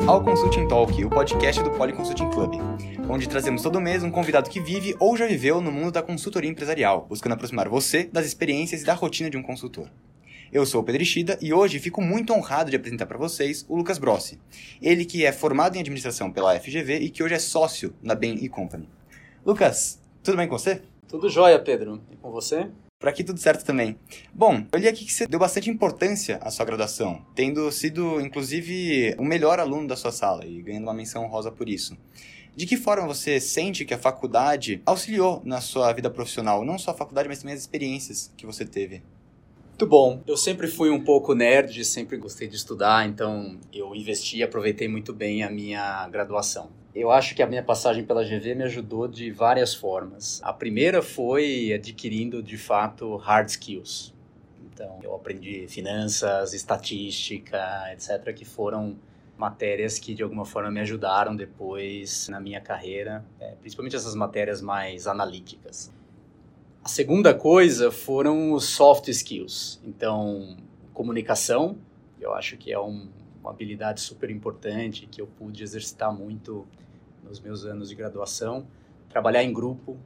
ao Consulting Talk, o podcast do Poly Consulting Club, onde trazemos todo mês um convidado que vive ou já viveu no mundo da consultoria empresarial, buscando aproximar você das experiências e da rotina de um consultor. Eu sou o Pedro Ishida e hoje fico muito honrado de apresentar para vocês o Lucas Brossi, ele que é formado em administração pela FGV e que hoje é sócio da Bain & Company. Lucas, tudo bem com você? Tudo jóia, Pedro. E com você? Por aqui tudo certo também. Bom, eu li aqui que você deu bastante importância à sua graduação, tendo sido, inclusive, o melhor aluno da sua sala e ganhando uma menção honrosa por isso. De que forma você sente que a faculdade auxiliou na sua vida profissional? Não só a faculdade, mas também as experiências que você teve. Muito bom. Eu sempre fui um pouco nerd, sempre gostei de estudar, então eu investi e aproveitei muito bem a minha graduação. Eu acho que a minha passagem pela GV me ajudou de várias formas. A primeira foi adquirindo, de fato, hard skills. Então, eu aprendi finanças, estatística, etc., que foram matérias que, de alguma forma, me ajudaram depois na minha carreira, principalmente essas matérias mais analíticas. A segunda coisa foram os soft skills. Então, comunicação, eu acho que é uma habilidade super importante que eu pude exercitar muito nos meus anos de graduação. Trabalhar em grupo,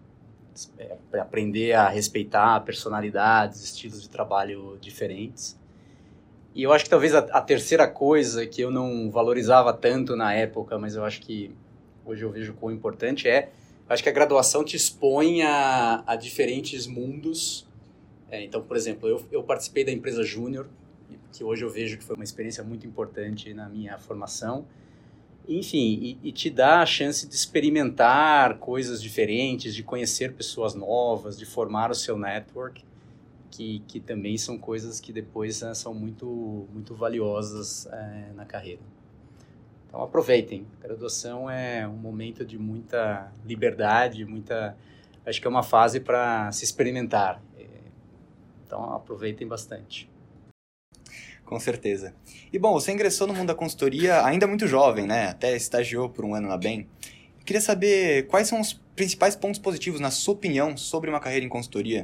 aprender a respeitar personalidades, estilos de trabalho diferentes. E eu acho que talvez a terceira coisa que eu não valorizava tanto na época, mas eu acho que hoje eu vejo quão importante acho que a graduação te expõe a diferentes mundos. Então, por exemplo, eu participei da empresa Júnior, que hoje eu vejo que foi uma experiência muito importante na minha formação. Enfim, e te dá a chance de experimentar coisas diferentes, de conhecer pessoas novas, de formar o seu network, que também são coisas que depois são muito, muito valiosas na carreira. Então aproveitem, a graduação é um momento de muita liberdade, acho que é uma fase para se experimentar, então aproveitem bastante. Com certeza. E bom, você ingressou no mundo da consultoria ainda muito jovem, né? Até estagiou por um ano na Bain. Eu queria saber quais são os principais pontos positivos, na sua opinião, sobre uma carreira em consultoria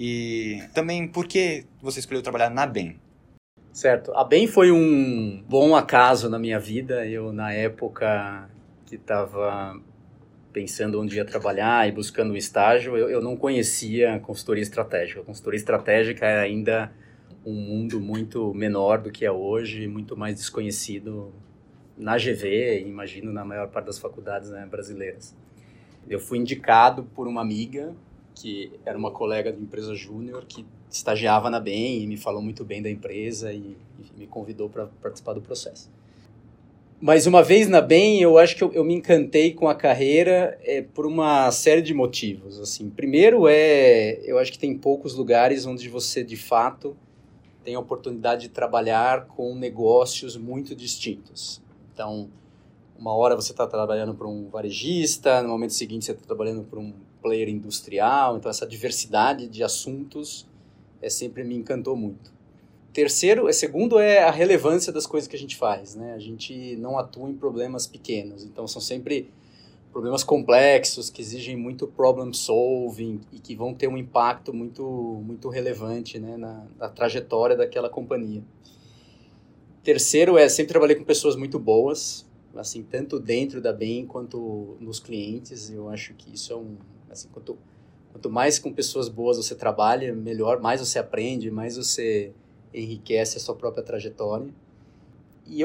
e também por que você escolheu trabalhar na Bain. Certo. A Bain foi um bom acaso na minha vida. Eu, na época que estava pensando onde ia trabalhar e buscando um estágio, eu não conhecia consultoria estratégica. A consultoria estratégica era ainda um mundo muito menor do que é hoje, muito mais desconhecido na GV, imagino na maior parte das faculdades, né, brasileiras. Eu fui indicado por uma amiga, que era uma colega de empresa júnior, que estagiava na Bain e me falou muito bem da empresa e me convidou para participar do processo. Mas uma vez na Bain, eu acho que eu me encantei com a carreira por uma série de motivos. Assim, primeiro eu acho que tem poucos lugares onde você, de fato, tem a oportunidade de trabalhar com negócios muito distintos. Então, uma hora você está trabalhando para um varejista, no momento seguinte você está trabalhando para um player industrial, então essa diversidade de assuntos sempre me encantou muito. Segundo é a relevância das coisas que a gente faz, né? A gente não atua em problemas pequenos, então são sempre problemas complexos que exigem muito problem solving e que vão ter um impacto muito, muito relevante, né, na trajetória daquela companhia. Terceiro sempre trabalhei com pessoas muito boas, assim, tanto dentro da Bain quanto nos clientes. Eu acho que isso assim, quanto mais com pessoas boas você trabalha, melhor, mais você aprende, mais você enriquece a sua própria trajetória. E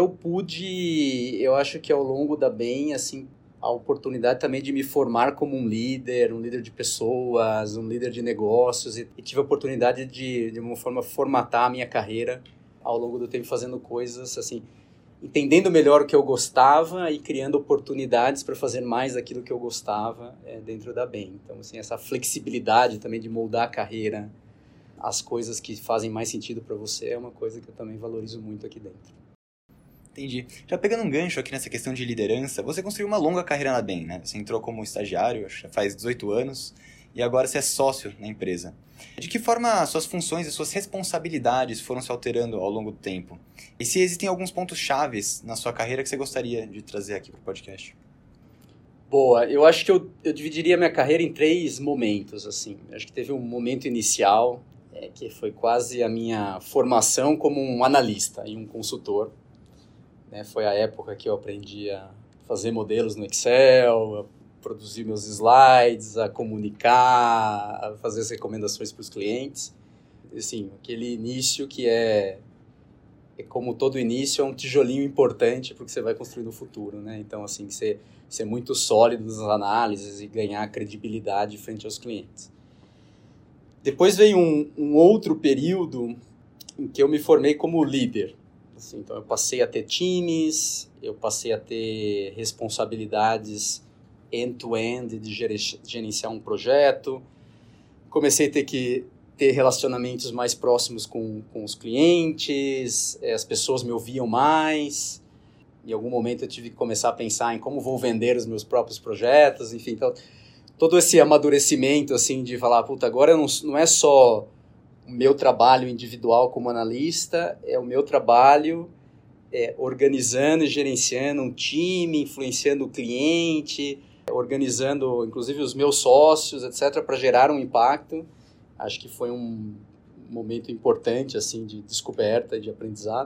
eu acho que ao longo da Bain, assim, a oportunidade também de me formar como um líder de pessoas, um líder de negócios, e tive a oportunidade de uma forma, formatar a minha carreira ao longo do tempo, fazendo coisas, assim, entendendo melhor o que eu gostava e criando oportunidades para fazer mais daquilo que eu gostava dentro da Bain. Então, assim, essa flexibilidade também de moldar a carreira, as coisas que fazem mais sentido para você, é uma coisa que eu também valorizo muito aqui dentro. Entendi. Já pegando um gancho aqui nessa questão de liderança, você construiu uma longa carreira na Bain, né? Você entrou como estagiário, acho que já faz 18 anos, e agora você é sócio na empresa. De que forma suas funções e suas responsabilidades foram se alterando ao longo do tempo? E se existem alguns pontos chaves na sua carreira que você gostaria de trazer aqui para o podcast? Boa, eu acho que eu dividiria minha carreira em 3 momentos, assim. Acho que teve um momento inicial, que foi quase a minha formação como um analista e um consultor. né? Foi a época que eu aprendi a fazer modelos no Excel, a produzir meus slides, a comunicar, a fazer as recomendações para os clientes. Assim, aquele início que é como todo início, é um tijolinho importante porque você vai construir no futuro, né? Então, assim, ser muito sólido nas análises e ganhar credibilidade frente aos clientes. Depois veio um outro período em que eu me formei como líder. Assim, então, eu passei a ter times, eu passei a ter responsabilidades end-to-end de gerenciar um projeto, comecei a ter que ter relacionamentos mais próximos com os clientes, as pessoas me ouviam mais. Em algum momento eu tive que começar a pensar em como vou vender os meus próprios projetos, enfim. Então, todo esse amadurecimento, assim, de falar, puta, agora não é só o meu trabalho individual como analista, é o meu trabalho organizando e gerenciando um time, influenciando o cliente, organizando, inclusive, os meus sócios, etc., para gerar um impacto. Acho que foi um momento importante, assim, de descoberta e de aprendizado.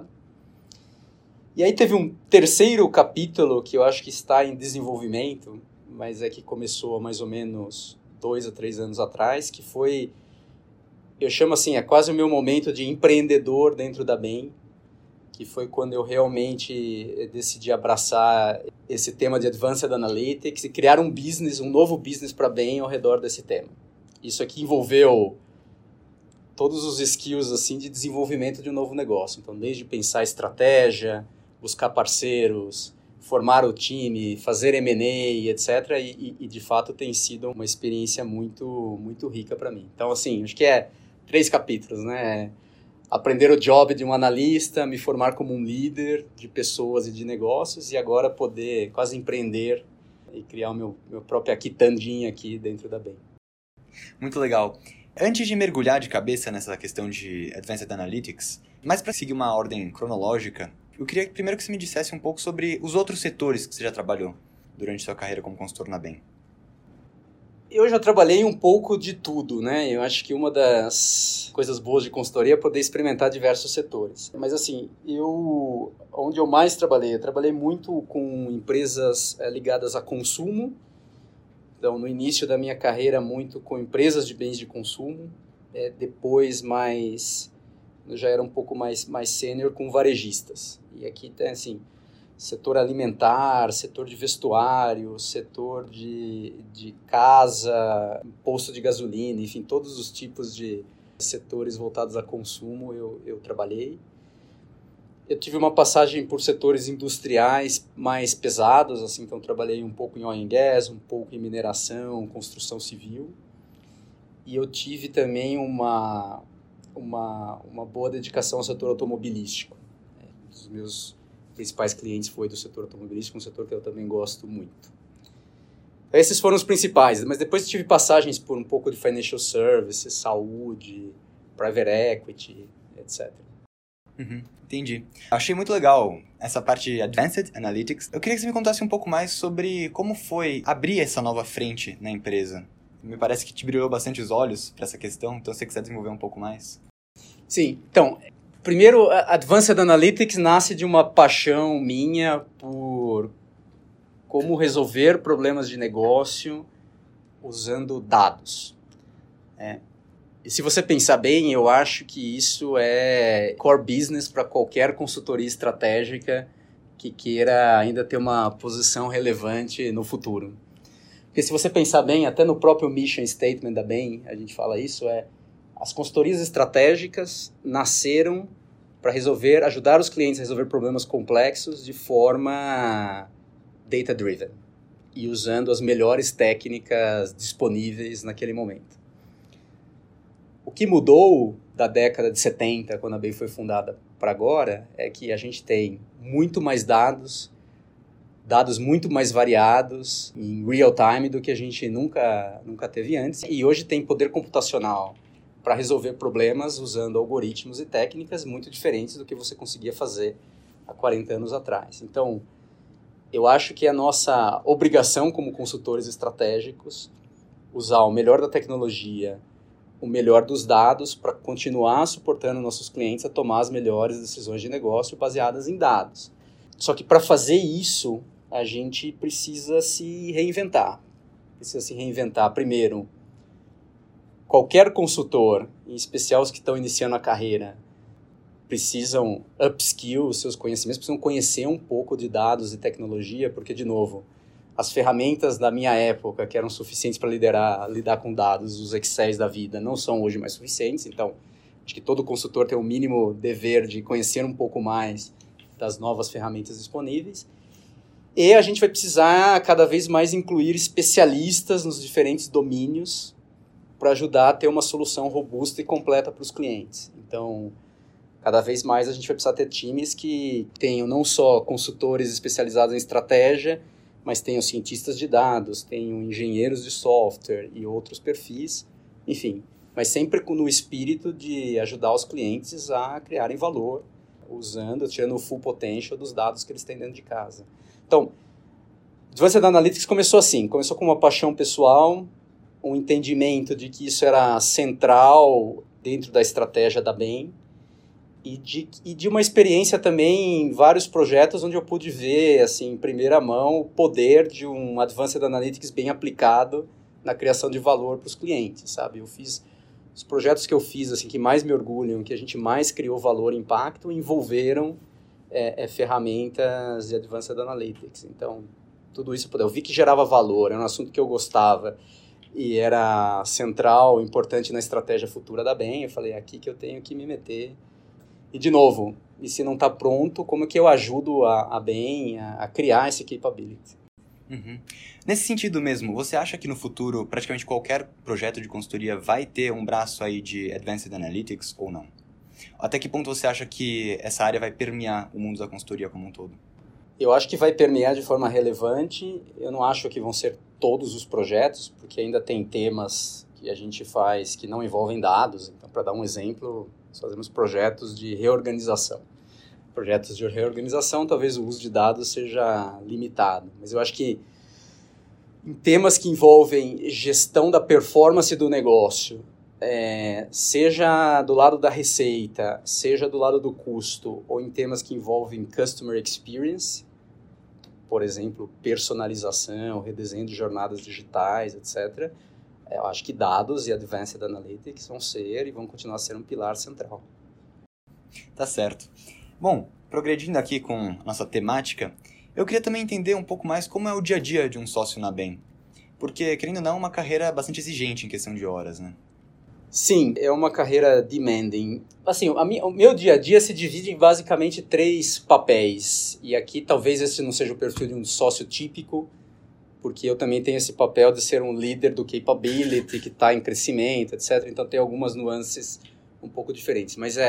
E aí teve um terceiro capítulo que eu acho que está em desenvolvimento, mas que começou há mais ou menos 2 a 3 anos atrás, que foi, eu chamo assim, quase o meu momento de empreendedor dentro da Bain, que foi quando eu realmente decidi abraçar esse tema de Advanced Analytics e criar um novo business para a Bain ao redor desse tema. Isso aqui envolveu todos os skills assim, de desenvolvimento de um novo negócio. Então, desde pensar estratégia, buscar parceiros, formar o time, fazer M&A, etc. E de fato, tem sido uma experiência muito, muito rica para mim. Então, assim, acho que 3 capítulos, né? Aprender o job de um analista, me formar como um líder de pessoas e de negócios e agora poder quase empreender e criar o meu próprio quitandinha aqui dentro da Bain. Muito legal. Antes de mergulhar de cabeça nessa questão de Advanced Analytics, mas para seguir uma ordem cronológica, eu queria primeiro que você me dissesse um pouco sobre os outros setores que você já trabalhou durante sua carreira como consultor na Bain. Eu já trabalhei um pouco de tudo, né? Eu acho que uma das coisas boas de consultoria é poder experimentar diversos setores. Mas assim, onde eu mais trabalhei, eu trabalhei muito com empresas ligadas a consumo. Então, no início da minha carreira, muito com empresas de bens de consumo. Depois, eu já era um pouco mais sênior com varejistas. E aqui tem, assim, setor alimentar, setor de vestuário, setor de casa, posto de gasolina, enfim, todos os tipos de setores voltados a consumo eu trabalhei. Eu tive uma passagem por setores industriais mais pesados, assim, então trabalhei um pouco em oil and gas, um pouco em mineração, construção civil. E eu tive também uma boa dedicação ao setor automobilístico. Um dos meus principais clientes foi do setor automobilístico, um setor que eu também gosto muito. Esses foram os principais, mas depois tive passagens por um pouco de financial services, saúde, private equity, etc. Entendi. Achei muito legal essa parte de Advanced Analytics. Eu queria que você me contasse um pouco mais sobre como foi abrir essa nova frente na empresa. Me parece que te brilhou bastante os olhos para essa questão, então se você quiser desenvolver um pouco mais. Sim, então, primeiro, Advanced Analytics nasce de uma paixão minha por como resolver problemas de negócio usando dados. E se você pensar bem, eu acho que isso é core business para qualquer consultoria estratégica que queira ainda ter uma posição relevante no futuro. Porque se você pensar bem, até no próprio mission statement da Bain, a gente fala isso, as consultorias estratégicas nasceram para ajudar os clientes a resolver problemas complexos de forma data-driven e usando as melhores técnicas disponíveis naquele momento. O que mudou da década de 70, quando a Bain foi fundada, para agora, é que a gente tem muito mais dados muito mais variados, em real time, do que a gente nunca teve antes. E hoje tem poder computacional para resolver problemas usando algoritmos e técnicas muito diferentes do que você conseguia fazer há 40 anos atrás. Então, eu acho que é a nossa obrigação como consultores estratégicos usar o melhor da tecnologia, o melhor dos dados para continuar suportando nossos clientes a tomar as melhores decisões de negócio baseadas em dados. Só que para fazer isso, a gente precisa se reinventar. Primeiro, qualquer consultor, em especial os que estão iniciando a carreira, precisam upskill os seus conhecimentos, precisam conhecer um pouco de dados e tecnologia, porque, de novo, as ferramentas da minha época, que eram suficientes para lidar com dados, os Excels da vida, não são hoje mais suficientes. Então, acho que todo consultor tem o mínimo dever de conhecer um pouco mais das novas ferramentas disponíveis. E a gente vai precisar cada vez mais incluir especialistas nos diferentes domínios para ajudar a ter uma solução robusta e completa para os clientes. Então, cada vez mais a gente vai precisar ter times que tenham não só consultores especializados em estratégia, mas tenham cientistas de dados, tenham engenheiros de software e outros perfis, enfim, mas sempre no espírito de ajudar os clientes a criarem valor, tirando o full potential dos dados que eles têm dentro de casa. Então, Advanced Analytics começou com uma paixão pessoal, um entendimento de que isso era central dentro da estratégia da Bain, e de uma experiência também em vários projetos onde eu pude ver, assim, em primeira mão, o poder de um Advanced Analytics bem aplicado na criação de valor para os clientes, sabe? Os projetos que eu fiz, assim, que mais me orgulham, que a gente mais criou valor e impacto, envolveram ferramentas de Advanced Analytics. Então, tudo isso eu vi que gerava valor, era um assunto que eu gostava e era central, importante na estratégia futura da Bain. Eu falei, é aqui que eu tenho que me meter. E, de novo, e se não está pronto, como é que eu ajudo a Bain a criar esse capability? Uhum. Nesse sentido mesmo, você acha que no futuro praticamente qualquer projeto de consultoria vai ter um braço aí de Advanced Analytics ou não? Até que ponto você acha que essa área vai permear o mundo da consultoria como um todo? Eu acho que vai permear de forma relevante. Eu não acho que vão ser todos os projetos, porque ainda tem temas que a gente faz que não envolvem dados. Então, para dar um exemplo, nós fazemos projetos de reorganização. Projetos de reorganização, talvez o uso de dados seja limitado. Mas eu acho que em temas que envolvem gestão da performance do negócio, seja do lado da receita, seja do lado do custo, ou em temas que envolvem customer experience, por exemplo, personalização, redesenho de jornadas digitais, etc., eu acho que dados e Advanced Analytics vão ser e vão continuar a ser um pilar central. Tá certo. Bom, progredindo aqui com a nossa temática, eu queria também entender um pouco mais como é o dia a dia de um sócio na Bain. Porque, querendo ou não, é uma carreira bastante exigente em questão de horas, né? Sim, é uma carreira demanding. Assim, o meu dia a dia se divide em basicamente 3 papéis. E aqui talvez esse não seja o perfil de um sócio típico, porque eu também tenho esse papel de ser um líder do capability, que está em crescimento, etc. Então tem algumas nuances um pouco diferentes. Mas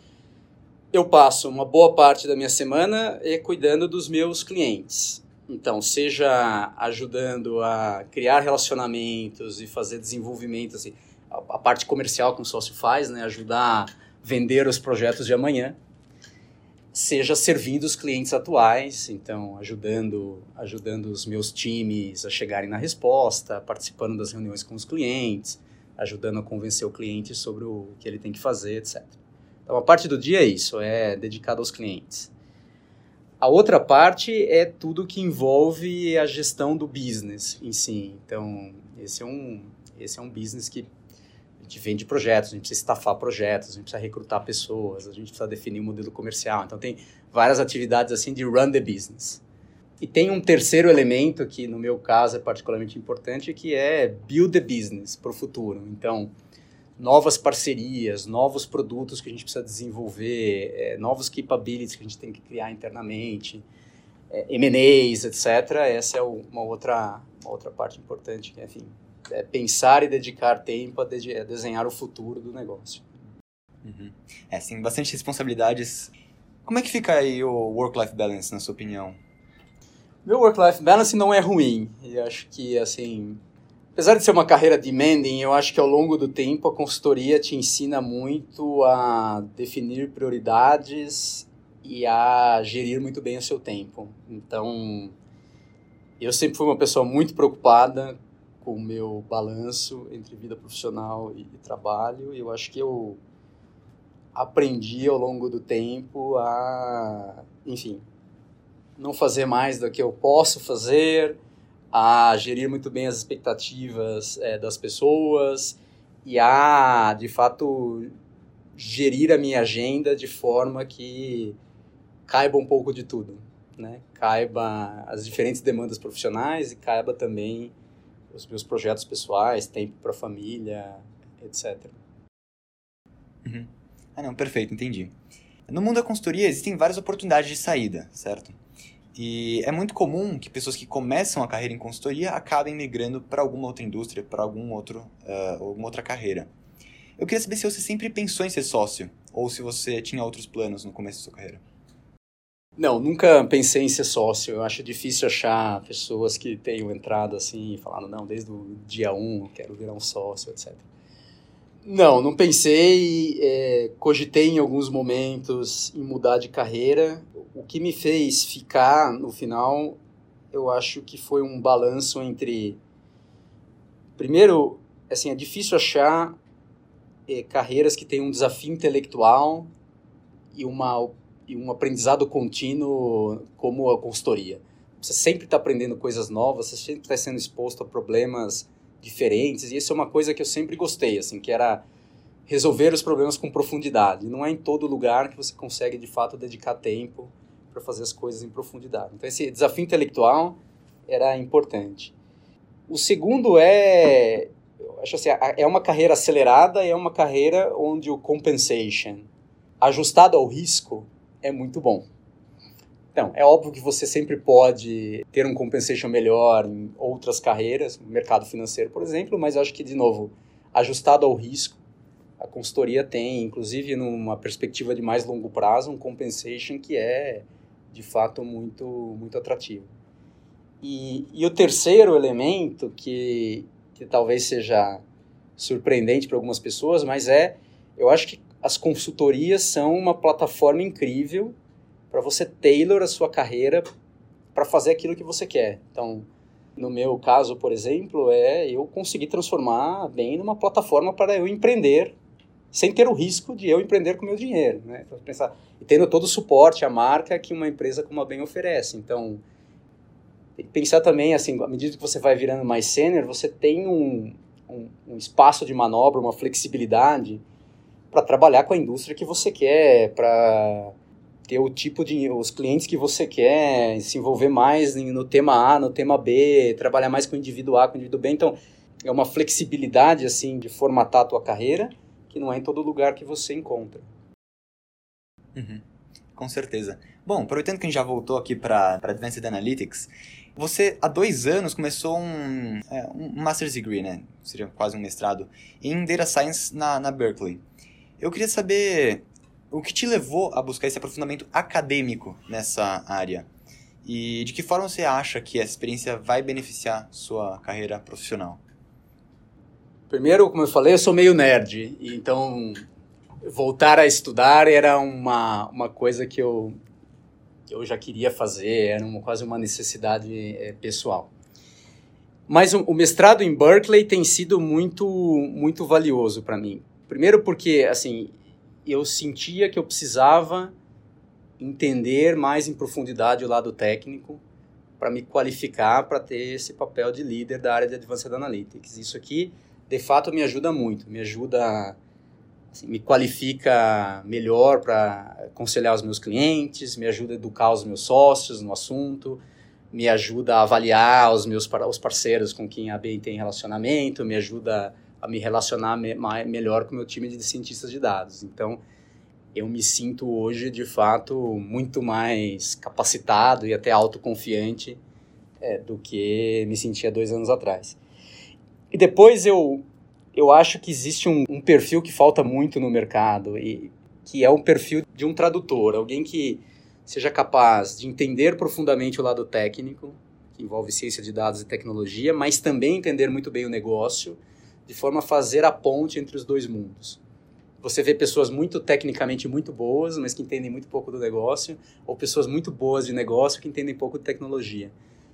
eu passo uma boa parte da minha semana cuidando dos meus clientes. Então, seja ajudando a criar relacionamentos e fazer desenvolvimento, assim, a parte comercial que um sócio faz, né, ajudar a vender os projetos de amanhã, seja servindo os clientes atuais, então ajudando os meus times a chegarem na resposta, participando das reuniões com os clientes, ajudando a convencer o cliente sobre o que ele tem que fazer, etc. Então, a parte do dia é isso, é dedicado aos clientes. A outra parte é tudo que envolve a gestão do business em si. Então, esse é um business que a gente vende projetos, a gente precisa estafar projetos, a gente precisa recrutar pessoas, a gente precisa definir um modelo comercial. Então, tem várias atividades assim de run the business. E tem um terceiro elemento que, no meu caso, é particularmente importante, que é build the business para o futuro. Então, novas parcerias, novos produtos que a gente precisa desenvolver, novos capabilities que a gente tem que criar internamente, M&As, etc. Essa é uma outra parte importante, que enfim, é pensar e dedicar tempo a desenhar o futuro do negócio. Uhum. Tem bastante responsabilidades. Como é que fica aí o work-life balance, na sua opinião? Meu work-life balance não é ruim. Eu acho que, assim, apesar de ser uma carreira demanding, eu acho que ao longo do tempo a consultoria te ensina muito a definir prioridades e a gerir muito bem o seu tempo. Então, eu sempre fui uma pessoa muito preocupada com o meu balanço entre vida profissional e trabalho. E eu acho que eu aprendi ao longo do tempo a, enfim, não fazer mais do que eu posso fazer, a gerir muito bem as expectativas das pessoas e a, de fato, gerir a minha agenda de forma que caiba um pouco de tudo, né? Caiba as diferentes demandas profissionais e caiba também os meus projetos pessoais, tempo para a família, etc. Uhum. Ah, não, perfeito, entendi. No mundo da consultoria existem várias oportunidades de saída, certo? E é muito comum que pessoas que começam a carreira em consultoria acabem migrando para alguma outra indústria, para alguma outra carreira. Eu queria saber se você sempre pensou em ser sócio, ou se você tinha outros planos no começo da sua carreira. Não, nunca pensei em ser sócio. Eu acho difícil achar pessoas que tenham entrado assim e falado, não, desde o dia 1 eu quero virar um sócio, etc. Não pensei, cogitei em alguns momentos em mudar de carreira. O que me fez ficar no final, eu acho que foi um balanço entre... Primeiro, assim, é difícil achar carreiras que tenham um desafio intelectual e um aprendizado contínuo como a consultoria. Você sempre está aprendendo coisas novas, você sempre está sendo exposto a problemas diferentes, e isso é uma coisa que eu sempre gostei, assim, que era resolver os problemas com profundidade. Não é em todo lugar que você consegue, de fato, dedicar tempo para fazer as coisas em profundidade. Então, esse desafio intelectual era importante. O segundo eu acho assim, é uma carreira acelerada e é uma carreira onde o compensation, ajustado ao risco, é muito bom. Então, é óbvio que você sempre pode ter um compensation melhor em outras carreiras, no mercado financeiro, por exemplo, mas eu acho que, de novo, ajustado ao risco, a consultoria tem, inclusive numa perspectiva de mais longo prazo, um compensation que é, de fato, muito, muito atrativo. E o terceiro elemento, que talvez seja surpreendente para algumas pessoas, mas eu acho que as consultorias são uma plataforma incrível para você tailor a sua carreira para fazer aquilo que você quer. Então, no meu caso, por exemplo, eu conseguir transformar bem numa plataforma para eu empreender, sem ter o risco de eu empreender com o meu dinheiro, né? Então, pensar, e tendo todo o suporte, a marca que uma empresa como a Bain oferece. Então, tem que pensar também, assim, à medida que você vai virando mais sênior, você tem um espaço de manobra, uma flexibilidade para trabalhar com a indústria que você quer, para ter os clientes que você quer, se envolver mais no tema A, no tema B, trabalhar mais com o indivíduo A, com o indivíduo B. Então, é uma flexibilidade, assim, de formatar a tua carreira que não é em todo lugar que você encontra. Uhum, com certeza. Bom, aproveitando que a gente já voltou aqui para Advanced Analytics, você, há 2 anos, começou um Master's Degree, né? Seria quase um mestrado, em Data Science na Berkeley. Eu queria saber o que te levou a buscar esse aprofundamento acadêmico nessa área e de que forma você acha que essa experiência vai beneficiar sua carreira profissional? Primeiro, como eu falei, eu sou meio nerd, então voltar a estudar era uma coisa que eu já queria fazer, era quase uma necessidade pessoal. Mas o mestrado em Berkeley tem sido muito, muito valioso para mim. Primeiro porque, assim, eu sentia que eu precisava entender mais em profundidade o lado técnico para me qualificar para ter esse papel de líder da área de Advanced Analytics. Isso aqui, de fato, me ajuda muito, assim, me qualifica melhor para aconselhar os meus clientes, me ajuda a educar os meus sócios no assunto, me ajuda a avaliar os parceiros com quem a Bain tem relacionamento, me ajuda a me relacionar melhor com o meu time de cientistas de dados. Então, eu me sinto hoje, de fato, muito mais capacitado e até autoconfiante do que me sentia 2 anos atrás. E depois eu acho que existe um perfil que falta muito no mercado, e que é um perfil de um tradutor, alguém que seja capaz de entender profundamente o lado técnico, que envolve ciência de dados e tecnologia, mas também entender muito bem o negócio, de forma a fazer a ponte entre os 2 mundos. Você vê pessoas muito tecnicamente muito boas, mas que entendem muito pouco do negócio, ou pessoas muito boas de negócio que entendem pouco de tecnologia.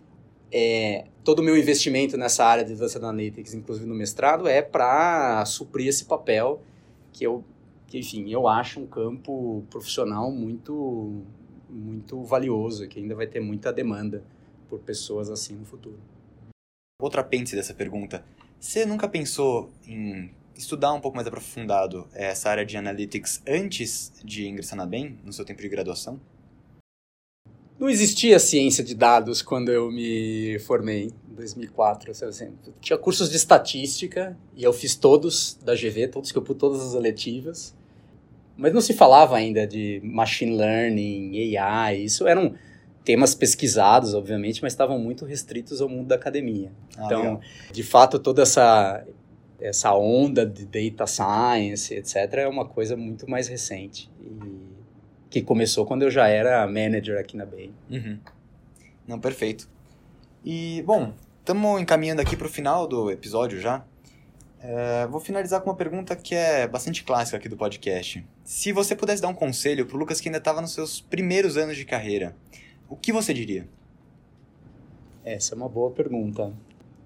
Todo o meu investimento nessa área de Advanced Analytics, inclusive no mestrado, é para suprir esse papel que, enfim, eu acho um campo profissional muito, muito valioso, que ainda vai ter muita demanda por pessoas assim no futuro. Outro apêndice dessa pergunta. Você nunca pensou em estudar um pouco mais aprofundado essa área de Analytics antes de ingressar na BEM, no seu tempo de graduação? Não existia ciência de dados quando eu me formei, em 2004. Assim. Tinha cursos de estatística, e eu fiz todos da GV, todas as eletivas. Mas não se falava ainda de machine learning, AI, isso eram temas pesquisados, obviamente, mas estavam muito restritos ao mundo da academia. Então, legal. De fato, toda essa onda de data science, etc., é uma coisa muito mais recente. E que começou quando eu já era manager aqui na BEM. Uhum. Não, perfeito. E, bom, estamos encaminhando aqui para o final do episódio já. Vou finalizar com uma pergunta que é bastante clássica aqui do podcast. Se você pudesse dar um conselho para o Lucas que ainda estava nos seus primeiros anos de carreira, o que você diria? Essa é uma boa pergunta.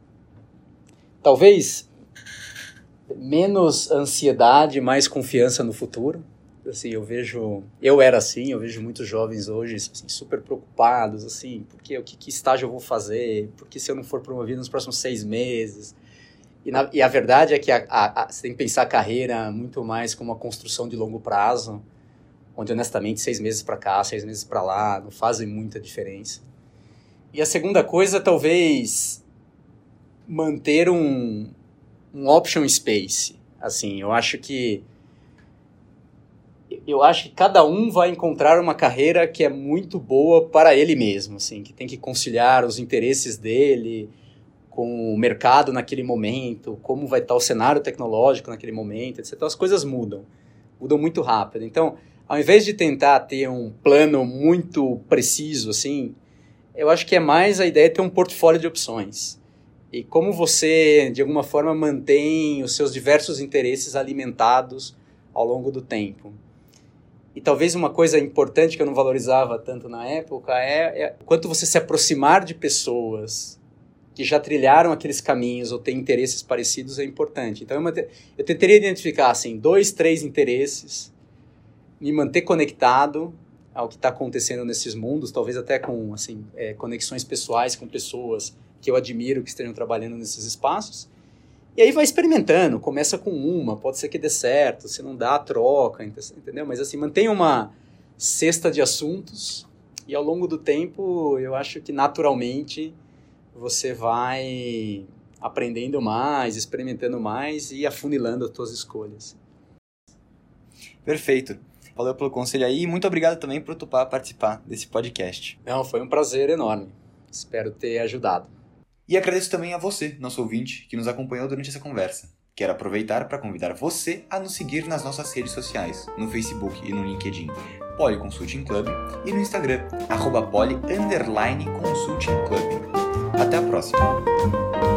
Talvez menos ansiedade, mais confiança no futuro. Assim, eu vejo muitos jovens hoje assim, super preocupados, assim, porque que estágio eu vou fazer, porque se eu não for promovido nos próximos 6 meses. E a verdade é que você tem que pensar a carreira muito mais como uma construção de longo prazo, onde honestamente 6 meses para cá, 6 meses para lá, não fazem muita diferença. E a segunda coisa, talvez manter um option space. Assim, eu acho que cada um vai encontrar uma carreira que é muito boa para ele mesmo, assim, que tem que conciliar os interesses dele com o mercado naquele momento, como vai estar o cenário tecnológico naquele momento, etc. Então, as coisas mudam muito rápido. Então, ao invés de tentar ter um plano muito preciso, assim, eu acho que é mais a ideia de ter um portfólio de opções. E como você, de alguma forma, mantém os seus diversos interesses alimentados ao longo do tempo. E talvez uma coisa importante que eu não valorizava tanto na época é quanto você se aproximar de pessoas que já trilharam aqueles caminhos ou têm interesses parecidos é importante. Então, eu tentaria identificar, assim, 2, 3 interesses, me manter conectado ao que está acontecendo nesses mundos, talvez até com assim, conexões pessoais com pessoas que eu admiro que estejam trabalhando nesses espaços. E aí vai experimentando, começa com uma, pode ser que dê certo, se não dá, troca, entendeu? Mas assim, mantém uma cesta de assuntos e ao longo do tempo eu acho que naturalmente você vai aprendendo mais, experimentando mais e afunilando as suas escolhas. Perfeito. Valeu pelo conselho aí e muito obrigado também por topar participar desse podcast. Não, foi um prazer enorme. Espero ter ajudado. E agradeço também a você, nosso ouvinte, que nos acompanhou durante essa conversa. Quero aproveitar para convidar você a nos seguir nas nossas redes sociais, no Facebook e no LinkedIn, Poly Consulting Club, e no Instagram, @poly_consulting club. Até a próxima!